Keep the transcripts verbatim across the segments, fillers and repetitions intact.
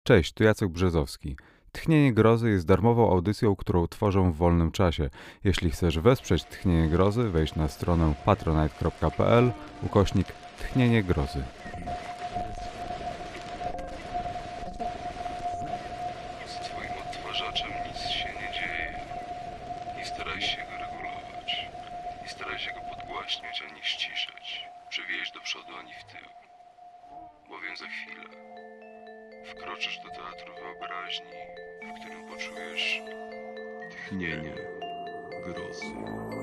Cześć, tu Jacek Brzezowski. Tchnienie Grozy jest darmową audycją, którą tworzę w wolnym czasie. Jeśli chcesz wesprzeć Tchnienie Grozy, wejdź na stronę patronite kropka p l ukośnik Tchnienie Grozy. Z twoim odtwarzaczem nic się nie dzieje. Nie staraj się go regulować. Nie staraj się go podgłaśniać ani ściszać. Przewijać do przodu ani w tył. Bowiem za chwilę wkroczysz do teatru wyobraźni, w którym poczujesz tchnienie grozy.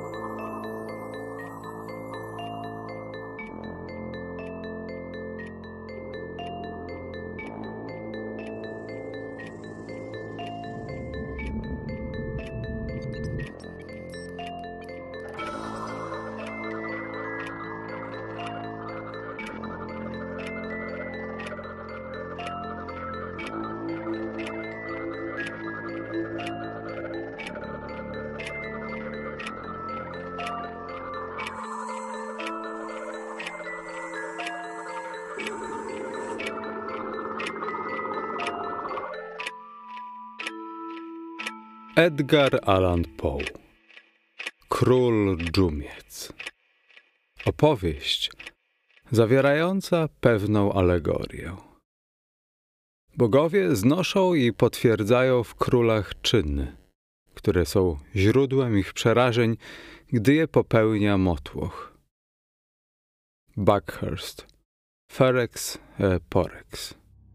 Edgar Allan Poe. Król Dżumiec. Opowieść zawierająca pewną alegorię. Bogowie znoszą i potwierdzają w królach czyny, które są źródłem ich przerażeń, gdy je popełnia motłoch. Buckhurst, Ferex e Porrex.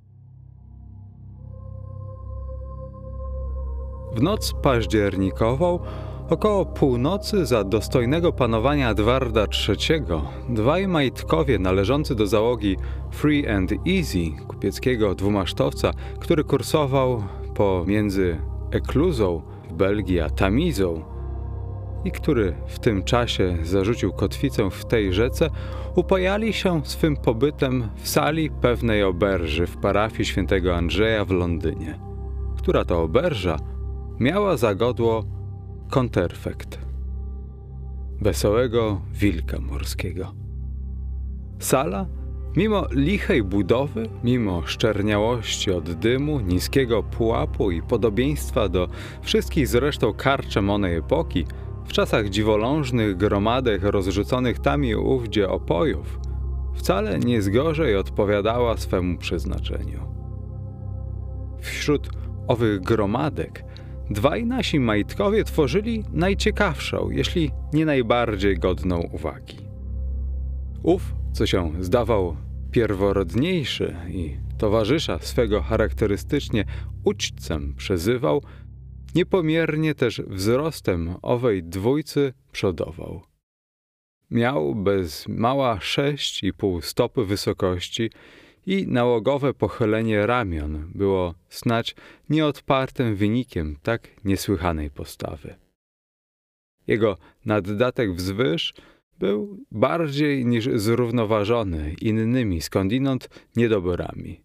W noc październikową, około północy, za dostojnego panowania Edwarda trzeciego, dwaj majtkowie należący do załogi Free and Easy, kupieckiego dwumasztowca, który kursował pomiędzy Ekluzą w Belgii a Tamizą i który w tym czasie zarzucił kotwicę w tej rzece, upajali się swym pobytem w sali pewnej oberży w parafii świętego Andrzeja w Londynie, która to oberża miała za godło konterfekt wesołego wilka morskiego. Sala, mimo lichej budowy, mimo szczerniałości od dymu, niskiego pułapu i podobieństwa do wszystkich zresztą karczem onej epoki, w czasach dziwolążnych gromadek rozrzuconych tam i ówdzie opojów, wcale nie zgorzej odpowiadała swemu przeznaczeniu. Wśród owych gromadek dwaj nasi majtkowie tworzyli najciekawszą, jeśli nie najbardziej godną uwagi. Ów, co się zdawał pierworodniejszy i towarzysza swego charakterystycznie ućcem przezywał, niepomiernie też wzrostem owej dwójcy przodował. Miał bez mała sześć i pół stopy wysokości i nałogowe pochylenie ramion było snadź nieodpartym wynikiem tak niesłychanej postawy. Jego naddatek wzwyż był bardziej niż zrównoważony innymi skądinąd niedoborami.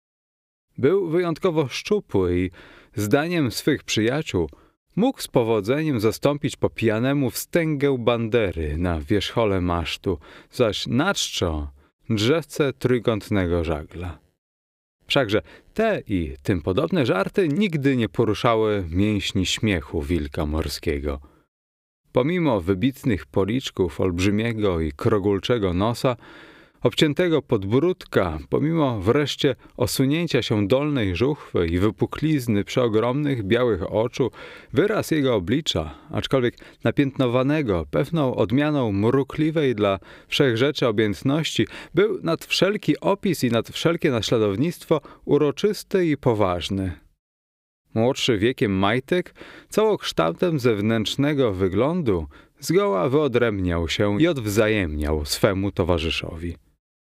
Był wyjątkowo szczupły i, zdaniem swych przyjaciół, mógł z powodzeniem zastąpić po pijanemu wstęgę bandery na wierzchole masztu, zaś na czczo drzewce trójkątnego żagla. Wszakże te i tym podobne żarty nigdy nie poruszały mięśni śmiechu wilka morskiego. Pomimo wybitnych policzków, olbrzymiego i krogulczego nosa, obciętego podbródka, pomimo wreszcie osunięcia się dolnej żuchwy i wypuklizny przeogromnych białych oczu, wyraz jego oblicza, aczkolwiek napiętnowanego pewną odmianą mrukliwej dla wszechrzeczy objętności, był nad wszelki opis i nad wszelkie naśladownictwo uroczysty i poważny. Młodszy wiekiem majtek, całokształtem zewnętrznego wyglądu, zgoła wyodrębniał się i odwzajemniał swemu towarzyszowi.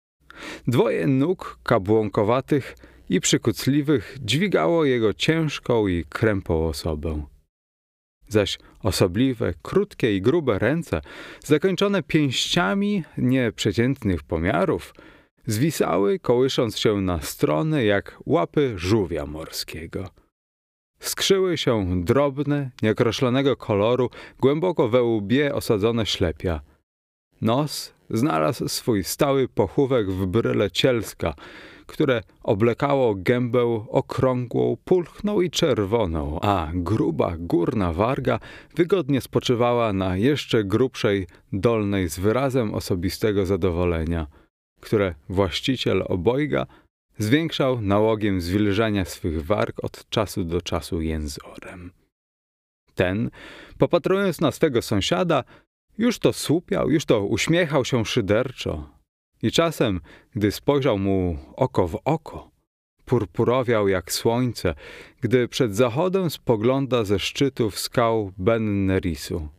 Dwoje nóg kabłąkowatych i przykucliwych dźwigało jego ciężką i krępą osobę. Zaś osobliwe, krótkie i grube ręce, zakończone pięściami nieprzeciętnych pomiarów, zwisały, kołysząc się na strony jak łapy żółwia morskiego. Skrzyły się drobne, nieokreślonego koloru, głęboko we łbie osadzone ślepia. Nos znalazł swój stały pochówek w bryle cielska, które oblekało gębę okrągłą, pulchną i czerwoną, a gruba górna warga wygodnie spoczywała na jeszcze grubszej dolnej z wyrazem osobistego zadowolenia, które właściciel obojga zwiększał nałogiem zwilżania swych warg od czasu do czasu jęzorem. Ten, popatrując na swego sąsiada, już to słupiał, już to uśmiechał się szyderczo i czasem, gdy spojrzał mu oko w oko, purpurowiał jak słońce, gdy przed zachodem spogląda ze szczytów skał Ben Nerisu.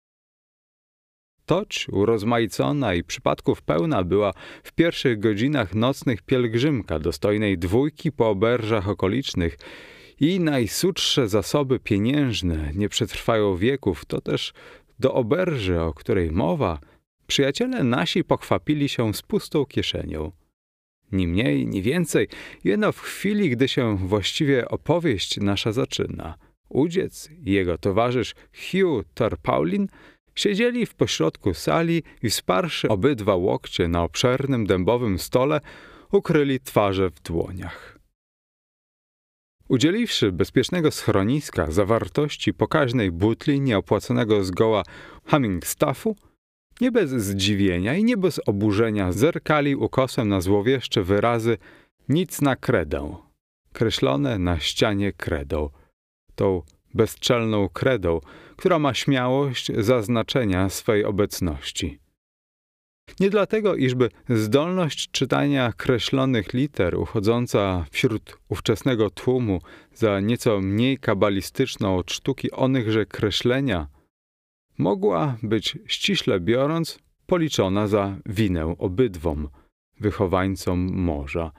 Toć urozmaicona i przypadków pełna była w pierwszych godzinach nocnych pielgrzymka dostojnej dwójki po oberżach okolicznych i najsutsze zasoby pieniężne nie przetrwają wieków, to też do oberży, o której mowa, przyjaciele nasi pochwapili się z pustą kieszenią. Ni mniej, ni więcej, jeno w chwili, gdy się właściwie opowieść nasza zaczyna, udziec i jego towarzysz Hugh Tarpaulin siedzieli w pośrodku sali i wsparszy obydwa łokcie na obszernym dębowym stole, ukryli twarze w dłoniach. Udzieliwszy bezpiecznego schroniska zawartości pokaźnej butli nieopłaconego zgoła humming-stuffu, nie bez zdziwienia i nie bez oburzenia zerkali ukosem na złowieszcze wyrazy nic na kredę, kreślone na ścianie kredą, tą bezczelną kredą, która ma śmiałość zaznaczenia swej obecności. Nie dlatego, iżby zdolność czytania kreślonych liter uchodząca wśród ówczesnego tłumu za nieco mniej kabalistyczną od sztuki onychże kreślenia mogła być, ściśle biorąc, policzona za winę obydwom, wychowańcom morza.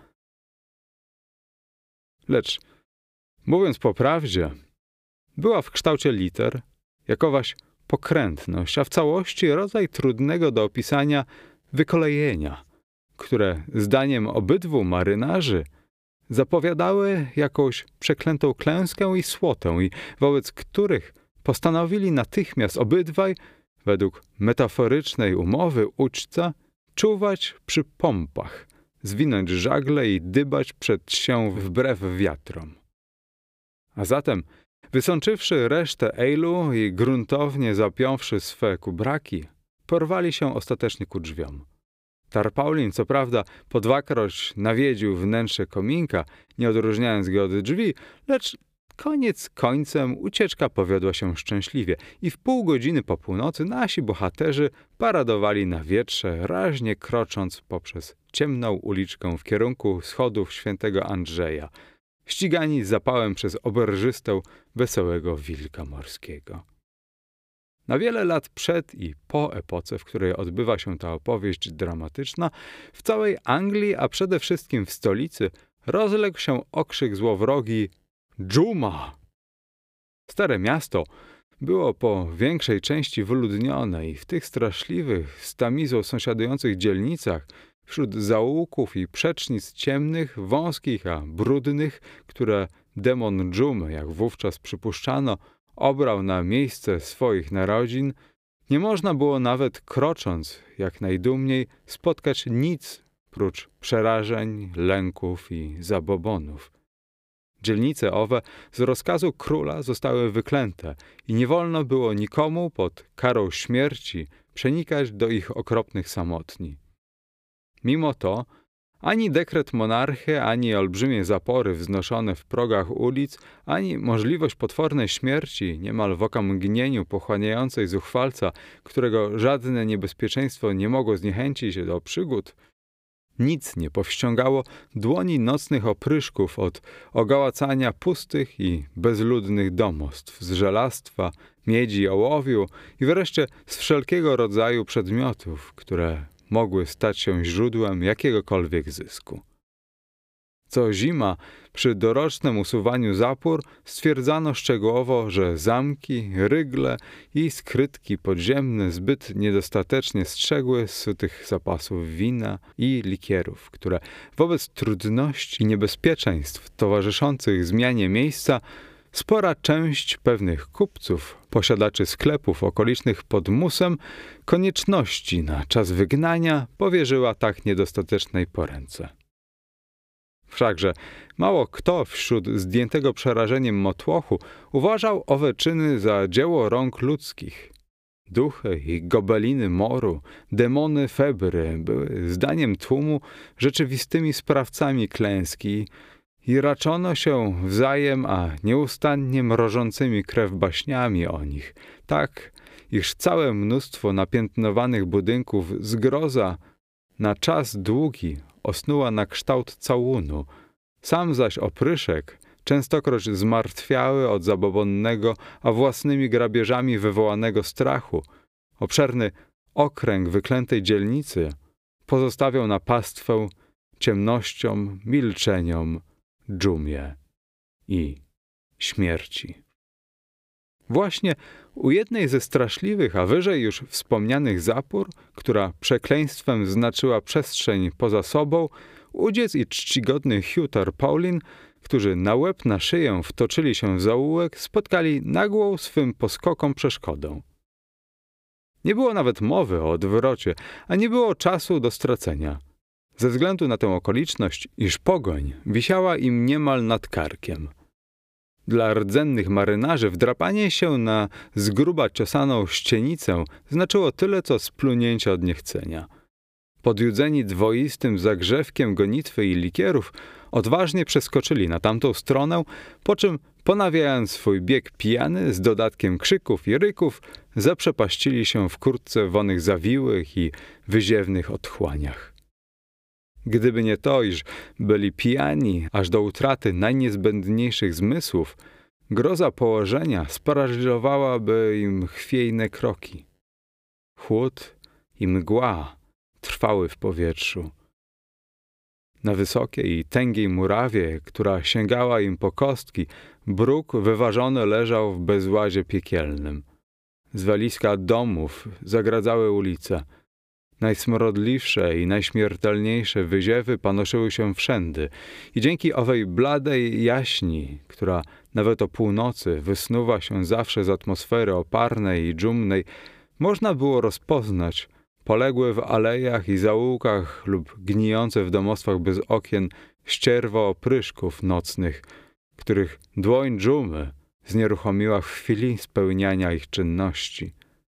Lecz, mówiąc po prawdzie, była w kształcie liter jakowaś pokrętność, a w całości rodzaj trudnego do opisania wykolejenia, które zdaniem obydwu marynarzy zapowiadały jakąś przeklętą klęskę i słotę i wobec których postanowili natychmiast obydwaj, według metaforycznej umowy uczca, czuwać przy pompach, zwinąć żagle i dybać przed się wbrew wiatrom. A zatem, wysączywszy resztę ale'u i gruntownie zapiąwszy swe kubraki, porwali się ostatecznie ku drzwiom. Tarpaulin, co prawda, po dwakroć nawiedził wnętrze kominka, nie odróżniając go od drzwi, lecz koniec końcem ucieczka powiodła się szczęśliwie i w pół godziny po północy nasi bohaterzy paradowali na wietrze, raźnie krocząc poprzez ciemną uliczkę w kierunku schodów świętego Andrzeja, ścigani zapałem przez oberżystę wesołego wilka morskiego. Na wiele lat przed i po epoce, w której odbywa się ta opowieść dramatyczna, w całej Anglii, a przede wszystkim w stolicy, rozległ się okrzyk złowrogi Dżuma! Stare miasto było po większej części wyludnione i w tych straszliwych, z Tamizą sąsiadujących dzielnicach, wśród zaułków i przecznic ciemnych, wąskich, a brudnych, które demon Dżumy, jak wówczas przypuszczano, obrał na miejsce swoich narodzin, nie można było nawet krocząc, jak najdumniej, spotkać nic prócz przerażeń, lęków i zabobonów. Dzielnice owe z rozkazu króla zostały wyklęte i nie wolno było nikomu pod karą śmierci przenikać do ich okropnych samotni. Mimo to ani dekret monarchy, ani olbrzymie zapory wznoszone w progach ulic, ani możliwość potwornej śmierci niemal w okamgnieniu pochłaniającej zuchwalca, którego żadne niebezpieczeństwo nie mogło zniechęcić do przygód, nic nie powściągało dłoni nocnych opryszków od ogałacania pustych i bezludnych domostw, z żelastwa, miedzi, ołowiu i wreszcie z wszelkiego rodzaju przedmiotów, które mogły stać się źródłem jakiegokolwiek zysku. Co zima, przy dorocznym usuwaniu zapór, stwierdzano szczegółowo, że zamki, rygle i skrytki podziemne zbyt niedostatecznie strzegły z tych zapasów wina i likierów, które wobec trudności i niebezpieczeństw towarzyszących zmianie miejsca spora część pewnych kupców, posiadaczy sklepów okolicznych pod Musem, konieczności na czas wygnania powierzyła tak niedostatecznej poręce. Wszakże mało kto wśród zdjętego przerażeniem motłochu uważał owe czyny za dzieło rąk ludzkich. Duchy i gobeliny moru, demony Febry były zdaniem tłumu rzeczywistymi sprawcami klęski i raczono się wzajem, a nieustannie mrożącymi krew baśniami o nich, tak iż całe mnóstwo napiętnowanych budynków zgroza na czas długi osnuła na kształt całunu. Sam zaś opryszek, częstokroć zmartwiały od zabobonnego, a własnymi grabieżami wywołanego strachu, obszerny okręg wyklętej dzielnicy pozostawiał na pastwę ciemnościom, milczeniom, dżumie i śmierci. Właśnie u jednej ze straszliwych, a wyżej już wspomnianych zapór, która przekleństwem znaczyła przestrzeń poza sobą, udziec i czcigodny Hugh Tarpaulin, którzy na łeb na szyję wtoczyli się w zaułek, spotkali nagłą swym poskokom przeszkodę. Nie było nawet mowy o odwrocie, a nie było czasu do stracenia. Ze względu na tę okoliczność, iż pogoń wisiała im niemal nad karkiem. Dla rdzennych marynarzy wdrapanie się na z gruba ciosaną ścienicę znaczyło tyle, co splunięcie od niechcenia. Podjudzeni dwoistym zagrzewkiem gonitwy i likierów, odważnie przeskoczyli na tamtą stronę, po czym, ponawiając swój bieg pijany z dodatkiem krzyków i ryków, zaprzepaścili się w kurtce w onych zawiłych i wyziewnych otchłaniach. Gdyby nie to, iż byli pijani aż do utraty najniezbędniejszych zmysłów, groza położenia sparaliżowałaby im chwiejne kroki. Chłód i mgła trwały w powietrzu. Na wysokiej i tęgiej murawie, która sięgała im po kostki, bruk wyważony leżał w bezładzie piekielnym. Zwaliska domów zagradzały ulice. Najsmrodliwsze i najśmiertelniejsze wyziewy panoszyły się wszędy i dzięki owej bladej jaśni, która nawet o północy wysnuwa się zawsze z atmosfery oparnej i dżumnej, można było rozpoznać poległe w alejach i zaułkach lub gnijące w domostwach bez okien ścierwo opryszków nocnych, których dłoń dżumy znieruchomiła w chwili spełniania ich czynności.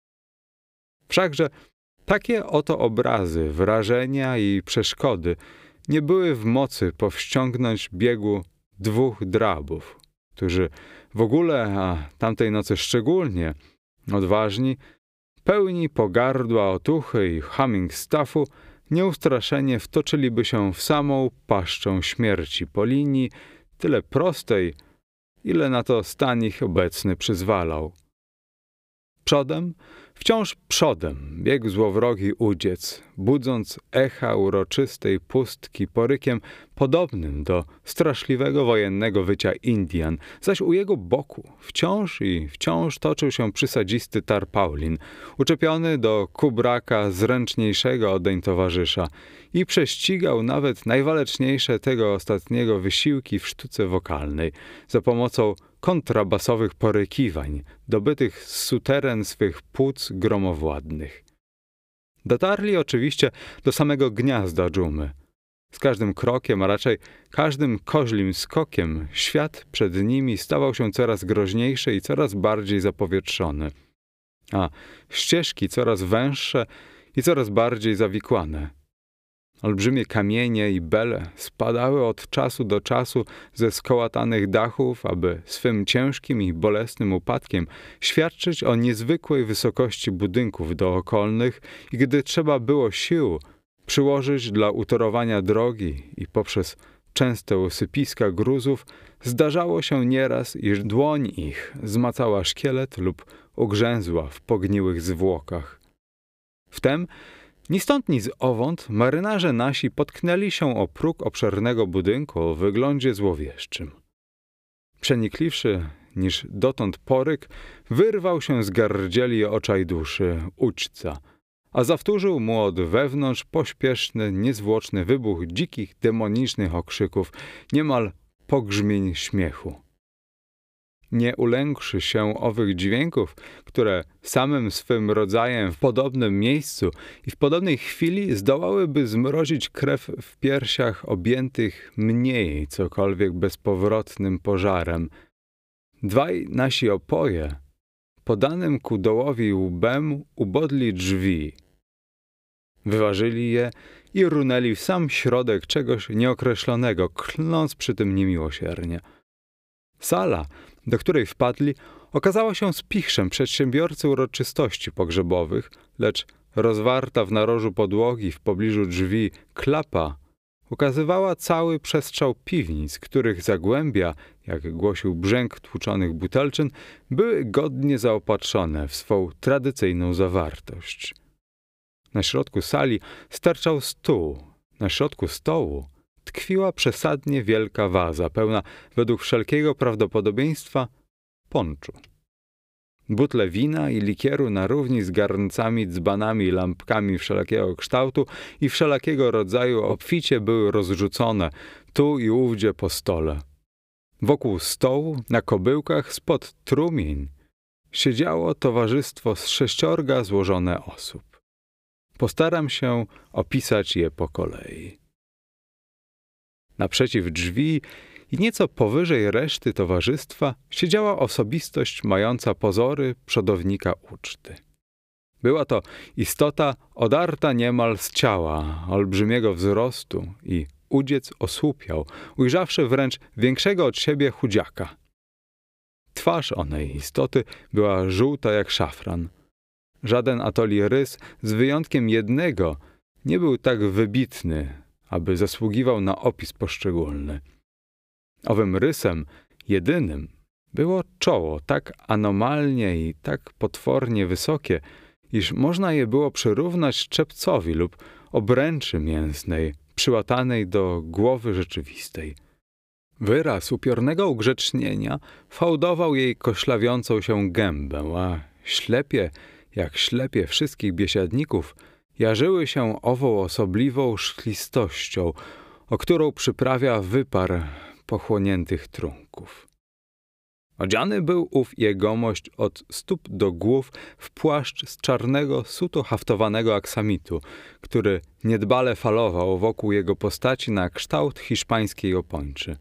Wszakże takie oto obrazy, wrażenia i przeszkody nie były w mocy powściągnąć biegu dwóch drabów, którzy w ogóle, a tamtej nocy szczególnie, odważni, pełni pogardła otuchy i humming staffu, nieustraszenie wtoczyliby się w samą paszczę śmierci po linii, tyle prostej, ile na to stan ich obecny przyzwalał. Przodem, wciąż przodem, biegł złowrogi udziec, budząc echa uroczystej pustki porykiem podobnym do straszliwego wojennego wycia Indian, zaś u jego boku wciąż i wciąż toczył się przysadzisty Tarpaulin, uczepiony do kubraka zręczniejszego odeń towarzysza i prześcigał nawet najwaleczniejsze tego ostatniego wysiłki w sztuce wokalnej za pomocą kontrabasowych porykiwań, dobytych z suteren swych płuc gromowładnych. Dotarli oczywiście do samego gniazda dżumy. Z każdym krokiem, a raczej każdym koźlim skokiem, świat przed nimi stawał się coraz groźniejszy i coraz bardziej zapowietrzony, a ścieżki coraz węższe i coraz bardziej zawikłane. Olbrzymie kamienie i bele spadały od czasu do czasu ze skołatanych dachów, aby swym ciężkim i bolesnym upadkiem świadczyć o niezwykłej wysokości budynków dookolnych i gdy trzeba było sił przyłożyć dla utorowania drogi i poprzez częste usypiska gruzów, zdarzało się nieraz, iż dłoń ich zmacała szkielet lub ugrzęzła w pogniłych zwłokach. Wtem ni stąd, ni zowąd marynarze nasi potknęli się o próg obszernego budynku o wyglądzie złowieszczym. Przenikliwszy niż dotąd poryk, wyrwał się z gardzieli oczaj duszy ućca, a zawtórzył mu od wewnątrz pośpieszny, niezwłoczny wybuch dzikich, demonicznych okrzyków, niemal pogrzmień śmiechu. nie ulękłszy się owych dźwięków, które samym swym rodzajem w podobnym miejscu i w podobnej chwili zdołałyby zmrozić krew w piersiach objętych mniej cokolwiek bezpowrotnym pożarem, dwaj nasi opoje podanym ku dołowi łbem ubodli drzwi. Wyważyli je i runęli w sam środek czegoś nieokreślonego, klnąc przy tym niemiłosiernie. Sala, do której wpadli, okazała się spichrem przedsiębiorcy uroczystości pogrzebowych, lecz rozwarta w narożu podłogi w pobliżu drzwi klapa ukazywała cały przestrzał piwnic, których zagłębia, jak głosił brzęk tłuczonych butelczyn, były godnie zaopatrzone w swą tradycyjną zawartość. Na środku sali sterczał stół. Na środku stołu tkwiła przesadnie wielka waza, pełna według wszelkiego prawdopodobieństwa ponczu. Butle wina i likieru na równi z garncami, dzbanami i lampkami wszelakiego kształtu i wszelakiego rodzaju obficie były rozrzucone tu i ówdzie po stole. Wokół stołu, na kobyłkach spod trumień, siedziało towarzystwo z sześciorga złożone osób. Postaram się opisać je po kolei. Naprzeciw drzwi i nieco powyżej reszty towarzystwa siedziała osobistość mająca pozory przodownika uczty. Była to istota odarta niemal z ciała, olbrzymiego wzrostu i udziec osłupiał, ujrzawszy wręcz większego od siebie chudziaka. Twarz onej istoty była żółta jak szafran. Żaden atoli rys, z wyjątkiem jednego, nie był tak wybitny, aby zasługiwał na opis poszczególny. Owym rysem, jedynym, było czoło tak anomalnie i tak potwornie wysokie, iż można je było przyrównać czepcowi lub obręczy mięsnej, przyłatanej do głowy rzeczywistej. Wyraz upiornego ugrzecznienia fałdował jej koślawiącą się gębę, a ślepie, jak ślepie wszystkich biesiadników, jarzyły się ową osobliwą szklistością, o którą przyprawia wypar pochłoniętych trunków. Odziany był ów jegomość od stóp do głów w płaszcz z czarnego, suto haftowanego aksamitu, który niedbale falował wokół jego postaci na kształt hiszpańskiej opończy.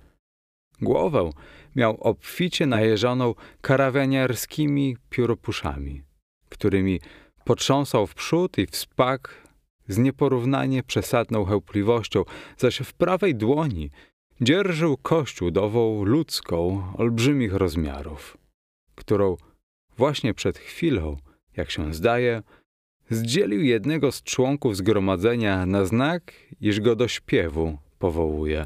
Głowę miał obficie najeżoną karawianiarskimi pióropuszami, którymi potrząsał w przód i w spak z nieporównanie przesadną chełpliwością, zaś w prawej dłoni dzierżył kość udową ludzką olbrzymich rozmiarów, którą właśnie przed chwilą, jak się zdaje, zdzielił jednego z członków zgromadzenia na znak, iż go do śpiewu powołuje.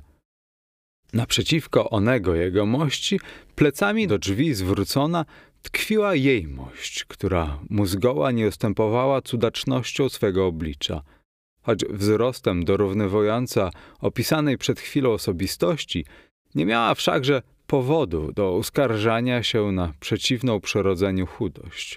Naprzeciwko onego jegomości, plecami do drzwi zwrócona, tkwiła jejmość, która mu zgoła nie ustępowała cudacznością swego oblicza, choć wzrostem dorównywująca opisanej przed chwilą osobistości, nie miała wszakże powodu do uskarżania się na przeciwną przyrodzeniu chudość.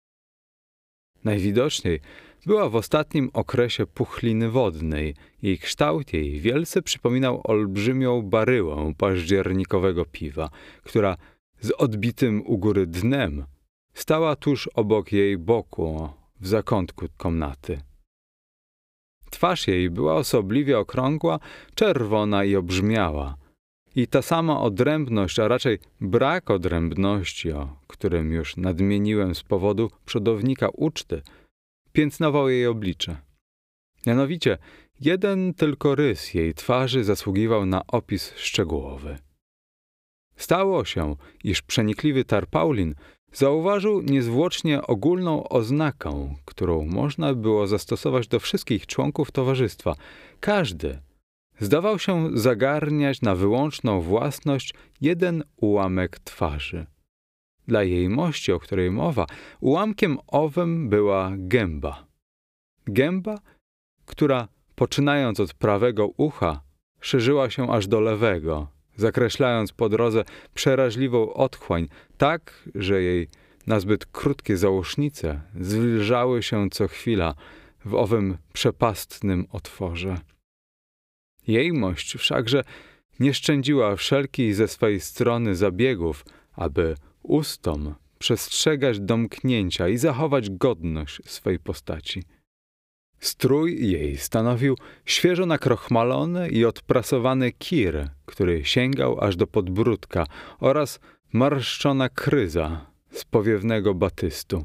Najwidoczniej była w ostatnim okresie puchliny wodnej. Jej kształt jej wielce przypominał olbrzymią baryłę październikowego piwa, która z odbitym u góry dnem stała tuż obok jej boku w zakątku komnaty. Twarz jej była osobliwie okrągła, czerwona i obrzmiała. I ta sama odrębność, a raczej brak odrębności, o którym już nadmieniłem z powodu przodownika uczty, piętnował jej oblicze. Mianowicie, jeden tylko rys jej twarzy zasługiwał na opis szczegółowy. Stało się, iż przenikliwy Tarpaulin zauważył niezwłocznie ogólną oznakę, którą można było zastosować do wszystkich członków towarzystwa. Każdy zdawał się zagarniać na wyłączną własność jeden ułamek twarzy. Dla jejmości, o której mowa, ułamkiem owym była gęba. Gęba, która poczynając od prawego ucha, szerzyła się aż do lewego, zakreślając po drodze przeraźliwą otchłań, tak, że jej nazbyt krótkie zausznice zwilżały się co chwila w owym przepastnym otworze. Jejmość wszakże nie szczędziła wszelkich ze swej strony zabiegów, aby ustom przestrzegać domknięcia i zachować godność swej postaci. Strój jej stanowił świeżo nakrochmalony i odprasowany kir, który sięgał aż do podbródka, oraz marszczona kryza z powiewnego batystu.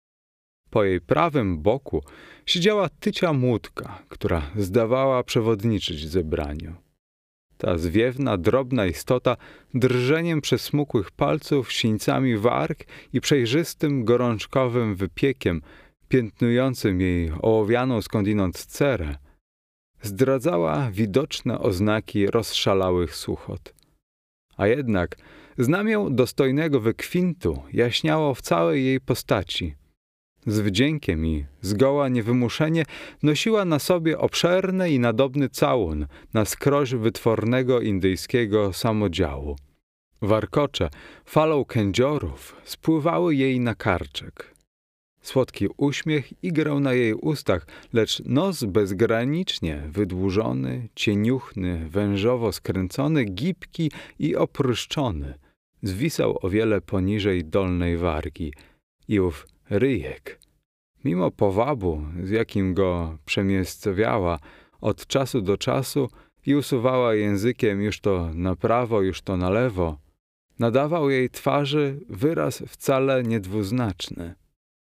Po jej prawym boku siedziała tycia młódka, która zdawała przewodniczyć zebraniu. Ta zwiewna, drobna istota drżeniem przesmukłych palców, sińcami warg i przejrzystym, gorączkowym wypiekiem piętnującym jej ołowianą skądinąd cerę, zdradzała widoczne oznaki rozszalałych suchot. A jednak znamię dostojnego wykwintu jaśniało w całej jej postaci. Z wdziękiem i zgoła niewymuszenie nosiła na sobie obszerny i nadobny całun na skroś wytwornego indyjskiego samodziału. Warkocze falą kędziorów spływały jej na karczek. Słodki uśmiech igrał na jej ustach, lecz nos bezgranicznie wydłużony, cieniuchny, wężowo skręcony, gibki i opryszczony zwisał o wiele poniżej dolnej wargi i ów ryjek, mimo powabu, z jakim go przemiejscowiała od czasu do czasu i usuwała językiem już to na prawo, już to na lewo, nadawał jej twarzy wyraz wcale niedwuznaczny.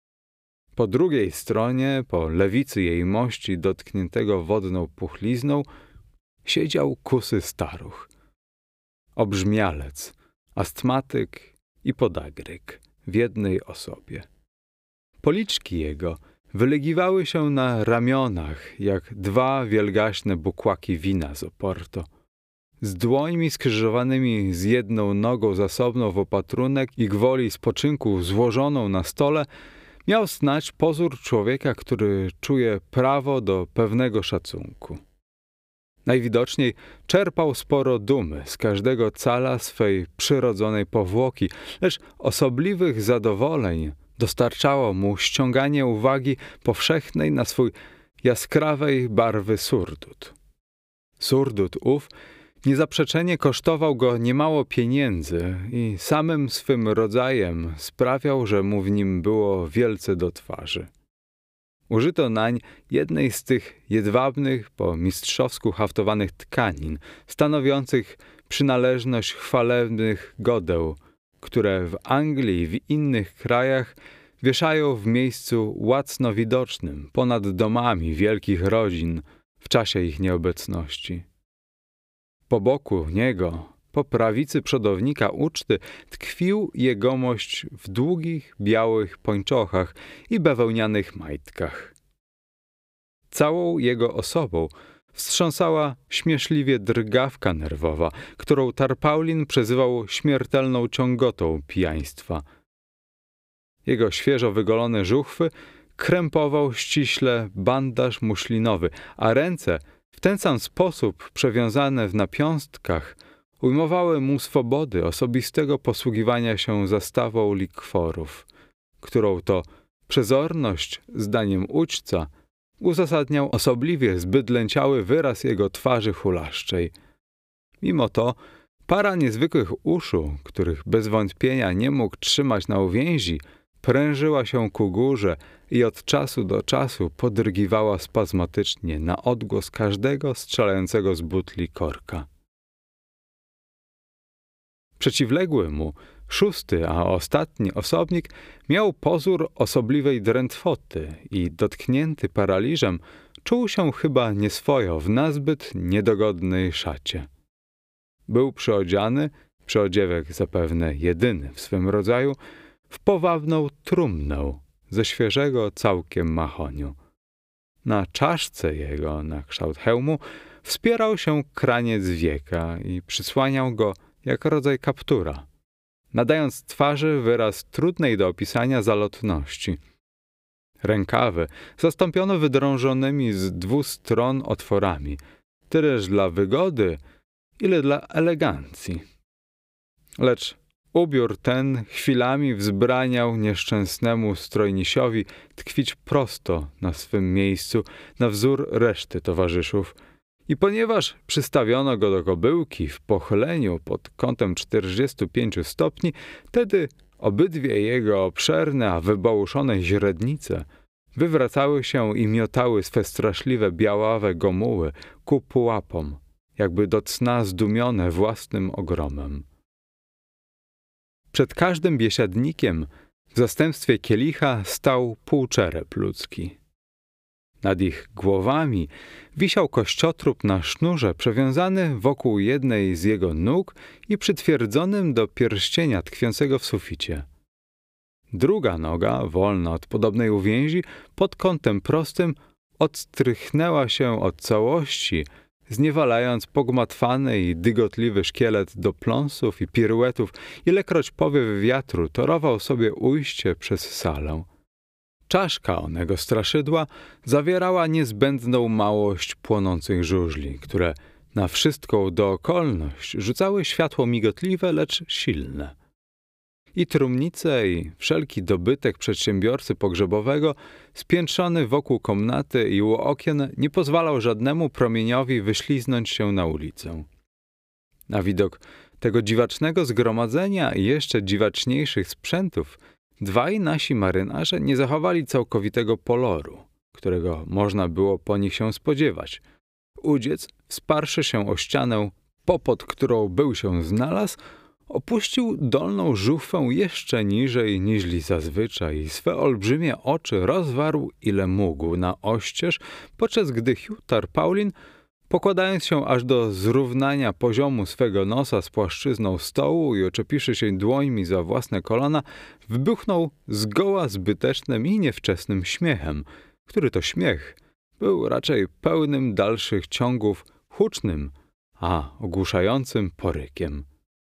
Po drugiej stronie, po lewicy jej mości dotkniętego wodną puchlizną, siedział kusy staruch. Obrzmialec, astmatyk i podagryk w jednej osobie. Policzki jego wylegiwały się na ramionach jak dwa wielgaśne bukłaki wina z Oporto. Z dłońmi skrzyżowanymi z jedną nogą zasobną w opatrunek i gwoli spoczynku złożoną na stole, miał snać pozór człowieka, który czuje prawo do pewnego szacunku. Najwidoczniej czerpał sporo dumy z każdego cala swej przyrodzonej powłoki, lecz osobliwych zadowoleń dostarczało mu ściąganie uwagi powszechnej na swój jaskrawej barwy surdut. Surdut ów niezaprzeczenie kosztował go niemało pieniędzy i samym swym rodzajem sprawiał, że mu w nim było wielce do twarzy. Użyto nań jednej z tych jedwabnych, po mistrzowsku haftowanych tkanin, stanowiących przynależność chwalebnych godeł, które w Anglii i w innych krajach wieszają w miejscu łacno widocznym ponad domami wielkich rodzin w czasie ich nieobecności. Po boku niego, po prawicy przodownika uczty, tkwił jegomość w długich, białych pończochach i bawełnianych majtkach. Całą jego osobą wstrząsała śmieszliwie drgawka nerwowa, którą Tarpaulin przezywał śmiertelną ciągotą pijaństwa. Jego świeżo wygolone żuchwy krępował ściśle bandaż muślinowy, a ręce, w ten sam sposób przewiązane w napiąstkach, ujmowały mu swobody osobistego posługiwania się zastawą likworów, którą to przezorność, zdaniem ućca, uzasadniał osobliwie zbydlęciały wyraz jego twarzy hulaszczej. Mimo to para niezwykłych uszu, których bez wątpienia nie mógł trzymać na uwięzi, prężyła się ku górze i od czasu do czasu podrygiwała spazmatycznie na odgłos każdego strzelającego z butli korka. Przeciwległy mu szósty, a ostatni osobnik miał pozór osobliwej drętwoty i dotknięty paraliżem czuł się chyba nieswojo w nazbyt niedogodnej szacie. Był przyodziany, przyodziewek zapewne jedyny w swym rodzaju, w powabną trumnę ze świeżego całkiem mahoniu. Na czaszce jego, na kształt hełmu, wspierał się kraniec wieka i przysłaniał go jak rodzaj kaptura, nadając twarzy wyraz trudnej do opisania zalotności. Rękawy zastąpiono wydrążonymi z dwóch stron otworami, tyleż dla wygody, ile dla elegancji. Lecz ubiór ten chwilami wzbraniał nieszczęsnemu strojnisiowi tkwić prosto na swym miejscu na wzór reszty towarzyszów i ponieważ przystawiono go do kobyłki w pochyleniu pod kątem czterdziestu pięciu stopni, tedy Obydwie jego obszerne, a wybałuszone źrenice wywracały się i miotały swe straszliwe białawe gomuły ku pułapom, jakby do cna zdumione własnym ogromem. Przed każdym biesiadnikiem w zastępstwie kielicha stał półczerep ludzki. Nad ich głowami wisiał kościotrup na sznurze przewiązany wokół jednej z jego nóg i przytwierdzonym do pierścienia tkwiącego w suficie. Druga noga, wolna od podobnej uwięzi, pod kątem prostym odstrychnęła się od całości, zniewalając pogmatwany i dygotliwy szkielet do pląsów i piruetów, ilekroć powiew wiatru torował sobie ujście przez salę. Czaszka onego straszydła zawierała niezbędną małość płonących żużli, które na wszystką dookolność rzucały światło migotliwe, lecz silne. I trumnice, i wszelki dobytek przedsiębiorcy pogrzebowego, spiętrzony wokół komnaty i u okien, nie pozwalał żadnemu promieniowi wyśliznąć się na ulicę. Na widok tego dziwacznego zgromadzenia i jeszcze dziwaczniejszych sprzętów dwaj nasi marynarze nie zachowali całkowitego poloru, którego można było po nich się spodziewać. Udziec, wsparszy się o ścianę, popod którą był się znalazł, opuścił dolną żuchwę jeszcze niżej niźli zazwyczaj i swe olbrzymie oczy rozwarł ile mógł na oścież, podczas gdy Hugh Tarpaulin, pokładając się aż do zrównania poziomu swego nosa z płaszczyzną stołu i oczepiwszy się dłońmi za własne kolana, wybuchnął zgoła zbytecznym i niewczesnym śmiechem, który to śmiech był raczej pełnym dalszych ciągów hucznym, a ogłuszającym porykiem.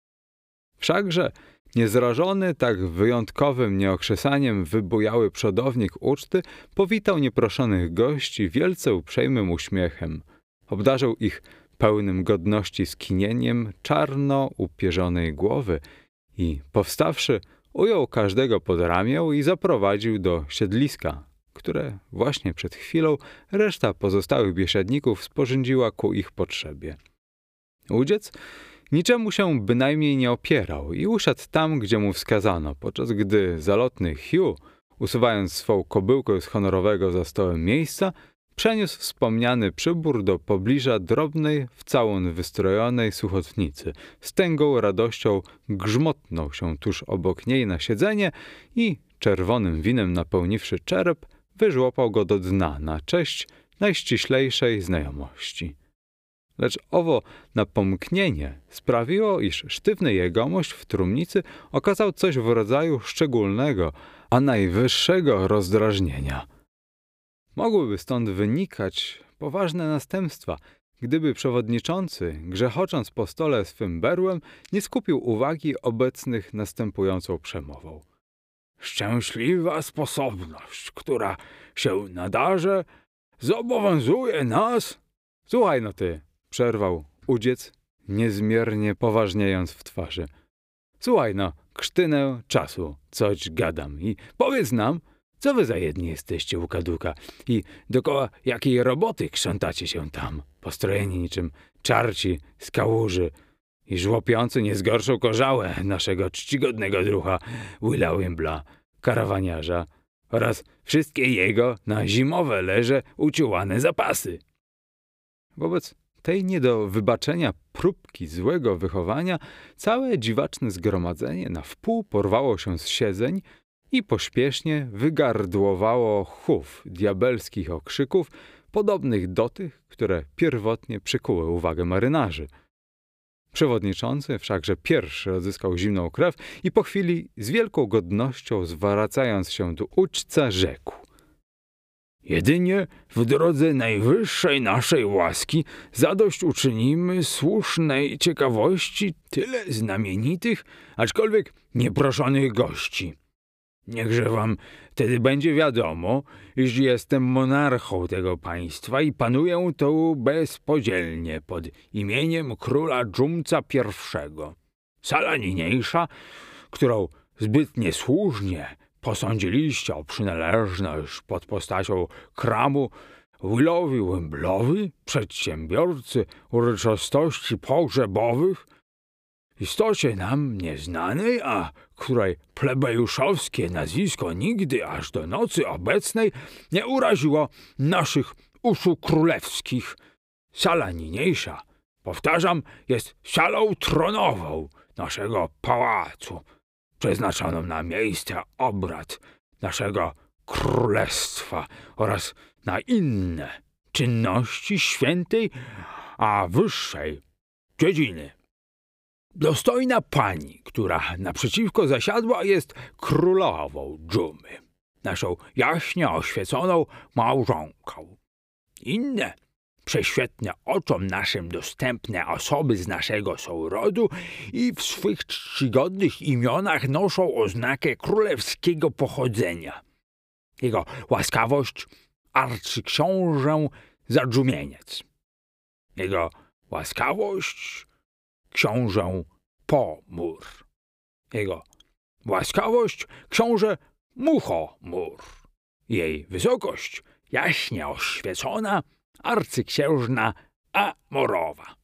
Wszakże niezrażony tak wyjątkowym nieokrzesaniem wybujały przodownik uczty powitał nieproszonych gości wielce uprzejmym uśmiechem. Obdarzył ich pełnym godności skinieniem czarno upierzonej głowy i, powstawszy, ujął każdego pod ramię i zaprowadził do siedliska, które właśnie przed chwilą reszta pozostałych biesiadników sporządziła ku ich potrzebie. Udziec niczemu się bynajmniej nie opierał i usiadł tam, gdzie mu wskazano, podczas gdy zalotny Hugh, usuwając swą kobyłkę z honorowego za stołem miejsca, przeniósł wspomniany przybór do pobliża drobnej, w całun wystrojonej suchotnicy. Z tęgą radością grzmotnął się tuż obok niej na siedzenie i, czerwonym winem napełniwszy czerep, wyżłopał go do dna na cześć najściślejszej znajomości. Lecz owo napomknienie sprawiło, iż sztywny jegomość w trumnicy okazał coś w rodzaju szczególnego, a najwyższego rozdrażnienia. Mogłyby stąd wynikać poważne następstwa, gdyby przewodniczący, grzechocząc po stole swym berłem, nie skupił uwagi obecnych następującą przemową. Szczęśliwa sposobność, która się nadarze, zobowiązuje nas... Słuchaj no ty, przerwał udziec, niezmiernie poważniejąc w twarzy. Słuchaj no, krztynę czasu, coś gadam i powiedz nam, co wy za jedni jesteście u kaduka i dokoła jakiej roboty krzątacie się tam, postrojeni niczym czarci z kałuży i żłopiący nie zgorszą korzałę naszego czcigodnego drucha Willa Wimbla, karawaniarza oraz wszystkie jego na zimowe leże uciułane zapasy. Wobec tej nie do wybaczenia próbki złego wychowania całe dziwaczne zgromadzenie na wpół porwało się z siedzeń i pośpiesznie wygardłowało chów diabelskich okrzyków, podobnych do tych, które pierwotnie przykuły uwagę marynarzy. Przewodniczący wszakże pierwszy odzyskał zimną krew i po chwili z wielką godnością zwracając się do uczca rzekł: jedynie w drodze najwyższej naszej łaski zadość uczynimy słusznej ciekawości tyle znamienitych, aczkolwiek nieproszonych gości. Niechże wam wtedy będzie wiadomo, iż jestem monarchą tego państwa i panuję tu bezpodzielnie pod imieniem króla Dżumca pierwszego. Sala niniejsza, którą zbyt niesłusznie posądziliście o przynależność pod postacią kramu Willowi Wimblowi, przedsiębiorcy uroczystości pogrzebowych, istocie nam nieznanej, a której plebejuszowskie nazwisko nigdy aż do nocy obecnej nie uraziło naszych uszu królewskich. Sala niniejsza, powtarzam, jest salą tronową naszego pałacu, przeznaczoną na miejsce obrad naszego królestwa oraz na inne czynności świętej, a wyższej dziedziny. Dostojna pani, która naprzeciwko zasiadła, jest królową dżumy, naszą jaśnie oświeconą małżonką. Inne, prześwietne oczom naszym dostępne osoby z naszego sołrodu i w swych czcigodnych imionach noszą oznakę królewskiego pochodzenia. Jego łaskawość arcyksiążę Zadżumieniec. Jego łaskawość książę Pomór. Jego łaskawość książę Muchomór. Jej wysokość jaśnie oświecona arcyksiężna Amorowa.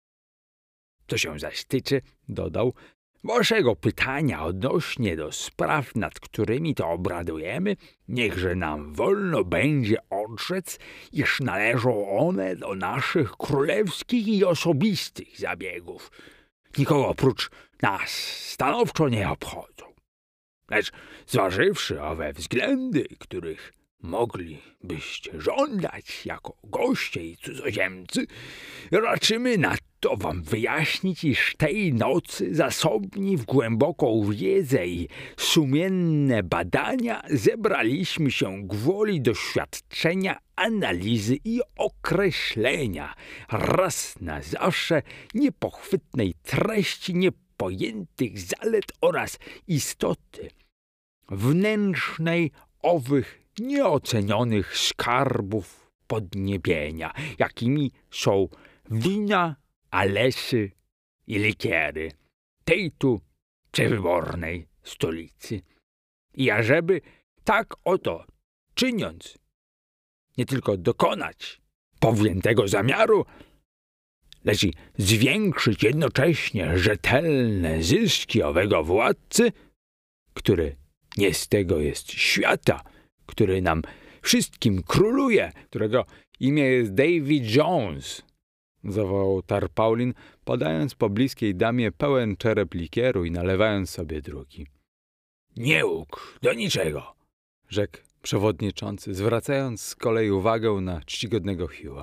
Co się zaś tyczy, dodał, waszego pytania odnośnie do spraw, nad którymi to obradujemy, niechże nam wolno będzie odrzec, iż należą one do naszych królewskich i osobistych zabiegów. Nikogo oprócz nas stanowczo nie obchodzą. Lecz zważywszy owe względy, których moglibyście żądać jako goście i cudzoziemcy, raczymy nadto wam wyjaśnić, iż tej nocy zasobni w głęboką wiedzę i sumienne badania zebraliśmy się gwoli doświadczenia, analizy i określenia raz na zawsze niepochwytnej treści, niepojętych zalet oraz istoty wnętrznej owych nieocenionych skarbów podniebienia, jakimi są wina, alesy i likiery tej tu przewybornej stolicy. I ażeby tak oto czyniąc, nie tylko dokonać powziętego zamiaru, lecz i zwiększyć jednocześnie rzetelne zyski owego władcy, który nie z tego jest świata, który nam wszystkim króluje, którego imię jest Davy Jones, zawołał Tarpaulin, podając pobliskiej damie pełen czerep likieru i nalewając sobie drugi. Nie łóg do niczego, rzekł przewodniczący, zwracając z kolei uwagę na czcigodnego Hugh'a.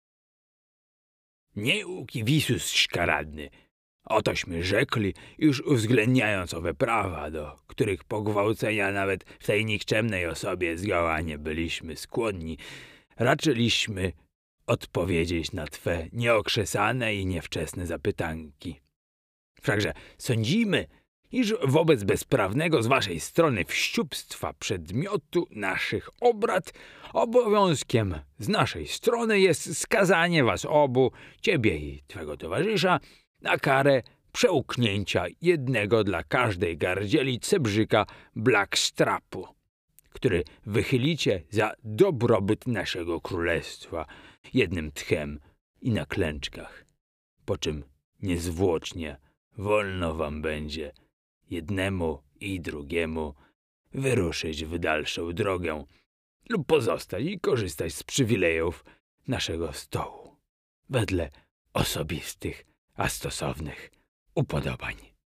Nie łóg i wisus szkaradny. Otośmy rzekli, już uwzględniając owe prawa, do których pogwałcenia nawet w tej nikczemnej osobie zgoła nie byliśmy skłonni, raczyliśmy odpowiedzieć na twe nieokrzesane i niewczesne zapytanki. Wszakże sądzimy, iż wobec bezprawnego z waszej strony wściubstwa przedmiotu naszych obrad obowiązkiem z naszej strony jest skazanie was obu, ciebie i twego towarzysza, na karę przełknięcia jednego dla każdej gardzieli cebrzyka blackstrapu, który wychylicie za dobrobyt naszego królestwa jednym tchem i na klęczkach, po czym niezwłocznie wolno wam będzie jednemu i drugiemu wyruszyć w dalszą drogę lub pozostać i korzystać z przywilejów naszego stołu, wedle osobistych a stosownych upodobań.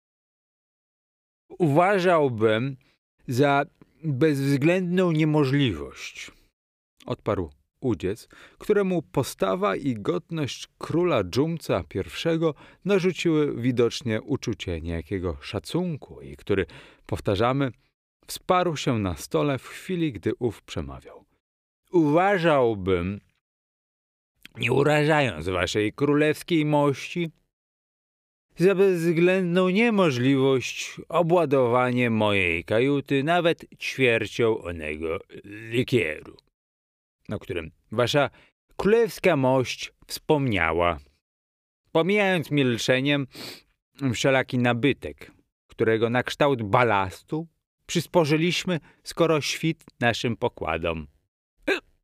Uważałbym za bezwzględną niemożliwość, odparł udziec, któremu postawa i godność króla dżumca pierwszego narzuciły widocznie uczucie niejakiego szacunku i który, powtarzamy, wsparł się na stole w chwili, gdy ów przemawiał. Uważałbym, nie urażając waszej królewskiej mości, za bezwzględną niemożliwość obładowania mojej kajuty nawet ćwiercią onego likieru, o którym wasza królewska mość wspomniała, pomijając milczeniem wszelaki nabytek, którego na kształt balastu przysporzyliśmy, skoro świt naszym pokładom.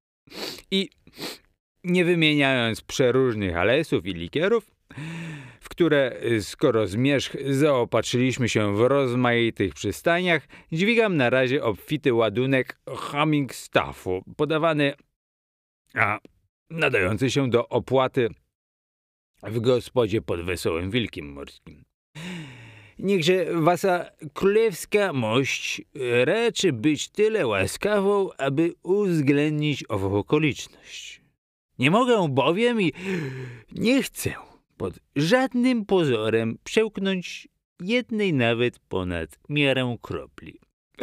I nie wymieniając przeróżnych alesów i likierów, w które, skoro zmierzch zaopatrzyliśmy się w rozmaitych przystaniach, dźwigam na razie obfity ładunek humming staffu, podawany, a nadający się do opłaty w gospodzie pod Wesołym Wilkiem Morskim. Niechże wasza królewska mość raczy być tyle łaskawą, aby uwzględnić ową okoliczność. Nie mogę bowiem i nie chcę pod żadnym pozorem przełknąć jednej nawet ponad miarę kropli.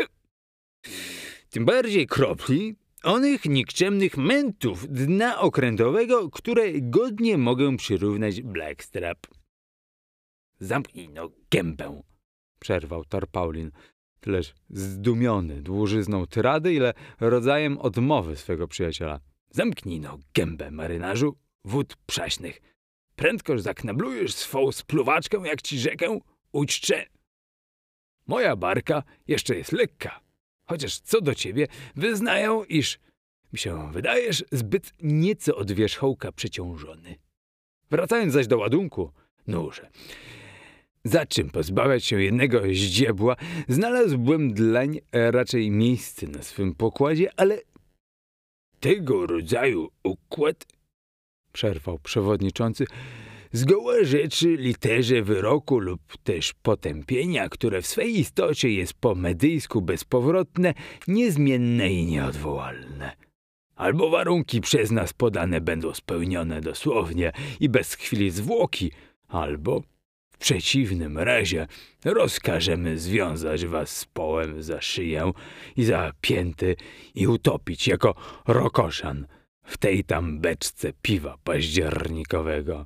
Tym bardziej kropli onych nikczemnych mętów dna okrętowego, które godnie mogę przyrównać Blackstrap. Zamknij no gębę, przerwał Tarpaulin, tyleż zdumiony dłużyzną tyrady, ile rodzajem odmowy swego przyjaciela. Zamknij no gębę, marynarzu, wód przaśnych. Prędkoż zaknablujesz swą spluwaczkę, jak ci rzekę uczczę. Moja barka jeszcze jest lekka, chociaż co do ciebie wyznaję, iż mi się wydajesz zbyt nieco od wierzchołka przeciążony. Wracając zaś do ładunku, nurze. Za czym pozbawiać się jednego ździebła, znalazłbym dlań raczej miejsce na swym pokładzie, ale tego rodzaju układ, przerwał przewodniczący, zgoła rzeczy literze wyroku lub też potępienia, które w swej istocie jest po medyjsku bezpowrotne, niezmienne i nieodwołalne. Albo warunki przez nas podane będą spełnione dosłownie i bez chwili zwłoki, albo w przeciwnym razie rozkażemy związać was z połem za szyję i za pięty i utopić jako rokoszan w tej tam beczce piwa październikowego.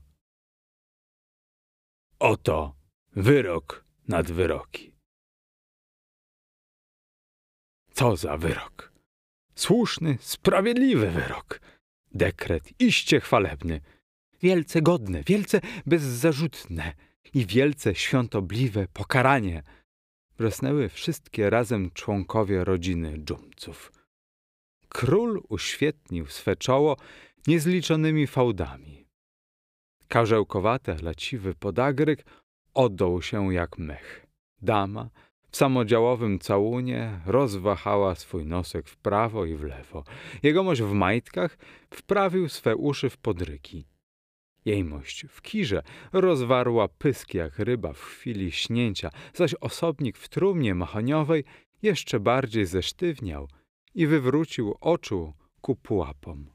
Oto wyrok nad wyroki. Co za wyrok? Słuszny, sprawiedliwy wyrok. Dekret iście chwalebny. Wielce godne, wielce bezzarzutne i wielce świątobliwe pokaranie. Wrzasnęły wszystkie razem członkowie rodziny dżumców. Król uświetnił swe czoło niezliczonymi fałdami. Karzełkowaty, leciwy podagryk oddał się jak mech. Dama w samodziałowym całunie rozwahała swój nosek w prawo i w lewo. Jegomość w majtkach wprawił swe uszy w podryki. Jejmość w kirze rozwarła pysk jak ryba w chwili śnięcia, zaś osobnik w trumnie mahoniowej jeszcze bardziej zesztywniał i wywrócił oczu ku pułapom.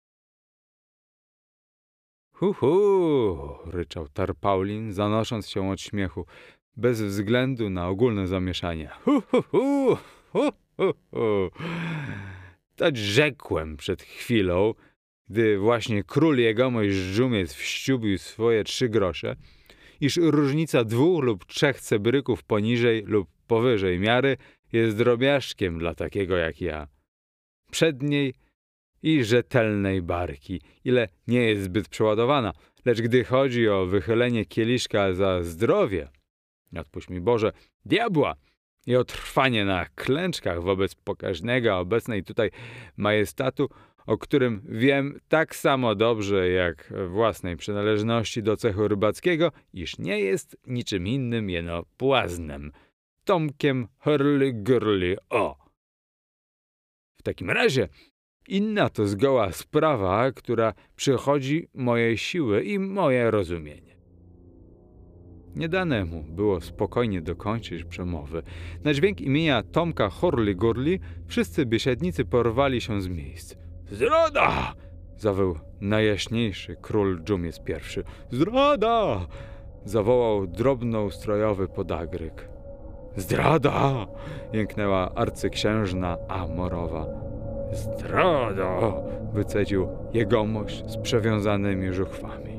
Hu, hu, ryczał Tarpaulin, zanosząc się od śmiechu, bez względu na ogólne zamieszanie. Hu, hu, hu, hu, hu, hu. Tak rzekłem przed chwilą, gdy właśnie król jegomość Dżumiec wściubił swoje trzy grosze, iż różnica dwóch lub trzech cebryków poniżej lub powyżej miary jest drobiażdżkiem dla takiego jak ja. Przedniej i rzetelnej barki, ile nie jest zbyt przeładowana, lecz gdy chodzi o wychylenie kieliszka za zdrowie, odpuść mi Boże, diabła i o trwanie na klęczkach wobec pokaźnego obecnej tutaj majestatu, o którym wiem tak samo dobrze jak własnej przynależności do cechu rybackiego, iż nie jest niczym innym jeno płaznem, Tomkiem Hurly-Gurly o. W takim razie inna to zgoła sprawa, która przychodzi mojej siły i moje rozumienie. Nie dane mu było spokojnie dokończyć przemowy. Na dźwięk imienia Tomka Hurly-Gurly wszyscy biesiadnicy porwali się z miejsc. Zdrada! Zawył najjaśniejszy król Dżumiec pierwszy. Zdrada! Zawołał drobnoustrojowy podagryk. Zdrada! Jęknęła arcyksiężna Amorowa. Zdrada! Wycedził jegomość z przewiązanymi żuchwami.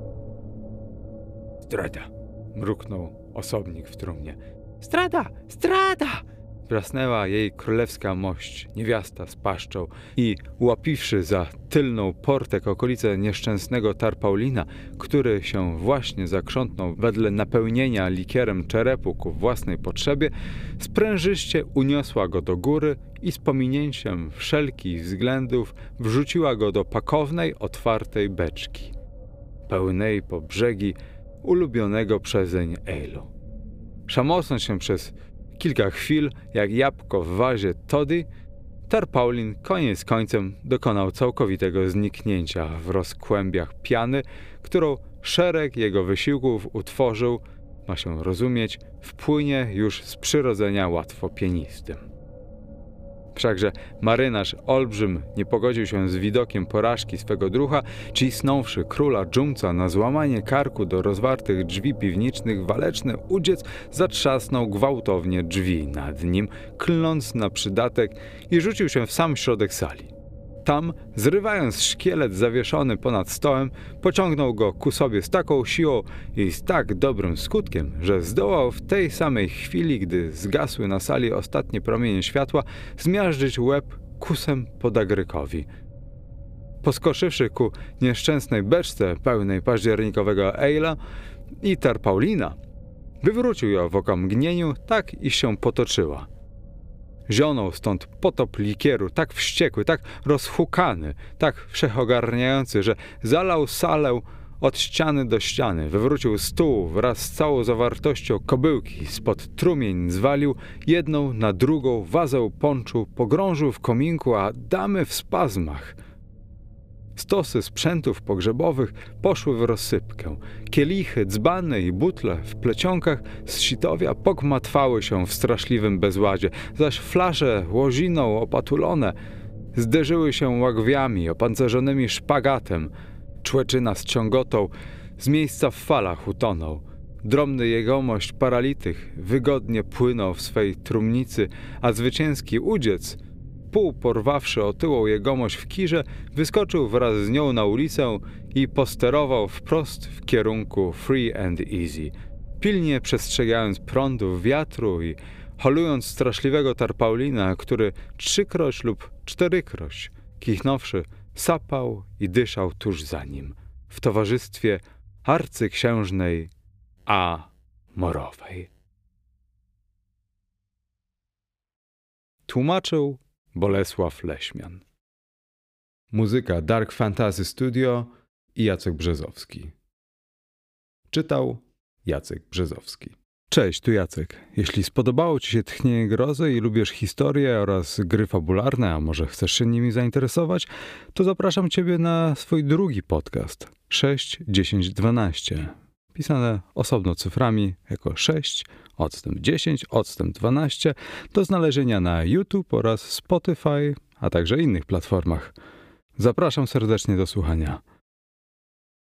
Zdrada! Mruknął osobnik w trumnie. Zdrada! Zdrada! Wrasnęła jej królewska mość, niewiasta z paszczą i łapiwszy za tylną portek okolicę nieszczęsnego Tarpaulina, który się właśnie zakrzątnął wedle napełnienia likierem czerepu ku własnej potrzebie, sprężyście uniosła go do góry i z pominięciem wszelkich względów wrzuciła go do pakownej, otwartej beczki. Pełnej po brzegi ulubionego przezeń ale'u. Szamosąc się przez kilka chwil, jak jabłko w wazie Toddy, Tarpaulin koniec końcem dokonał całkowitego zniknięcia w rozkłębiach piany, którą szereg jego wysiłków utworzył, ma się rozumieć, w płynie już z przyrodzenia łatwo pienistym. Wszakże marynarz olbrzym nie pogodził się z widokiem porażki swego druha, cisnąwszy króla dżumca na złamanie karku do rozwartych drzwi piwniczych, waleczny udziec zatrzasnął gwałtownie drzwi nad nim, klnąc na przydatek i rzucił się w sam środek sali. Tam, zrywając szkielet zawieszony ponad stołem, pociągnął go ku sobie z taką siłą i z tak dobrym skutkiem, że zdołał w tej samej chwili, gdy zgasły na sali ostatnie promienie światła, zmiażdżyć łeb kusem podagrykowi. Poskoczywszy ku nieszczęsnej beczce pełnej październikowego ale'a i Tarpaulina, wywrócił ją w okamgnieniu tak, iż się potoczyła. Zionął stąd potop likieru, tak wściekły, tak rozhukany, tak wszechogarniający, że zalał salę od ściany do ściany, wywrócił stół wraz z całą zawartością kobyłki, spod trumień zwalił jedną na drugą wazę ponczu, pogrążył w kominku, a damy w spazmach. Stosy sprzętów pogrzebowych poszły w rozsypkę. Kielichy, dzbany i butle w plecionkach z sitowia pogmatwały się w straszliwym bezładzie, zaś flasze łoziną opatulone zderzyły się łagwiami opancerzonymi szpagatem. Człeczyna z ciągotą z miejsca w falach utonął. Drobny jegomość paralitych wygodnie płynął w swej trumnicy, a zwycięski udziec, pół porwawszy otyłą jegomość w kirze, wyskoczył wraz z nią na ulicę i posterował wprost w kierunku Free and Easy, pilnie przestrzegając prądów wiatru i holując straszliwego Tarpaulina, który trzykroć lub czterykroć, kichnąwszy, sapał i dyszał tuż za nim, w towarzystwie arcyksiężnej A. Morowej. Tłumaczył Bolesław Leśmian. Muzyka Dark Fantasy Studio i Jacek Brzezowski. Czytał Jacek Brzezowski. Cześć, tu Jacek. Jeśli spodobało Ci się Tchnienie Grozy i lubisz historię oraz gry fabularne, a może chcesz się nimi zainteresować, to zapraszam Ciebie na swój drugi podcast sześć, dziesięć, dwanaście. Pisane osobno cyframi jako sześć, odstęp dziesięć, odstęp dwanaście, do znalezienia na YouTube oraz Spotify, a także innych platformach. Zapraszam serdecznie do słuchania.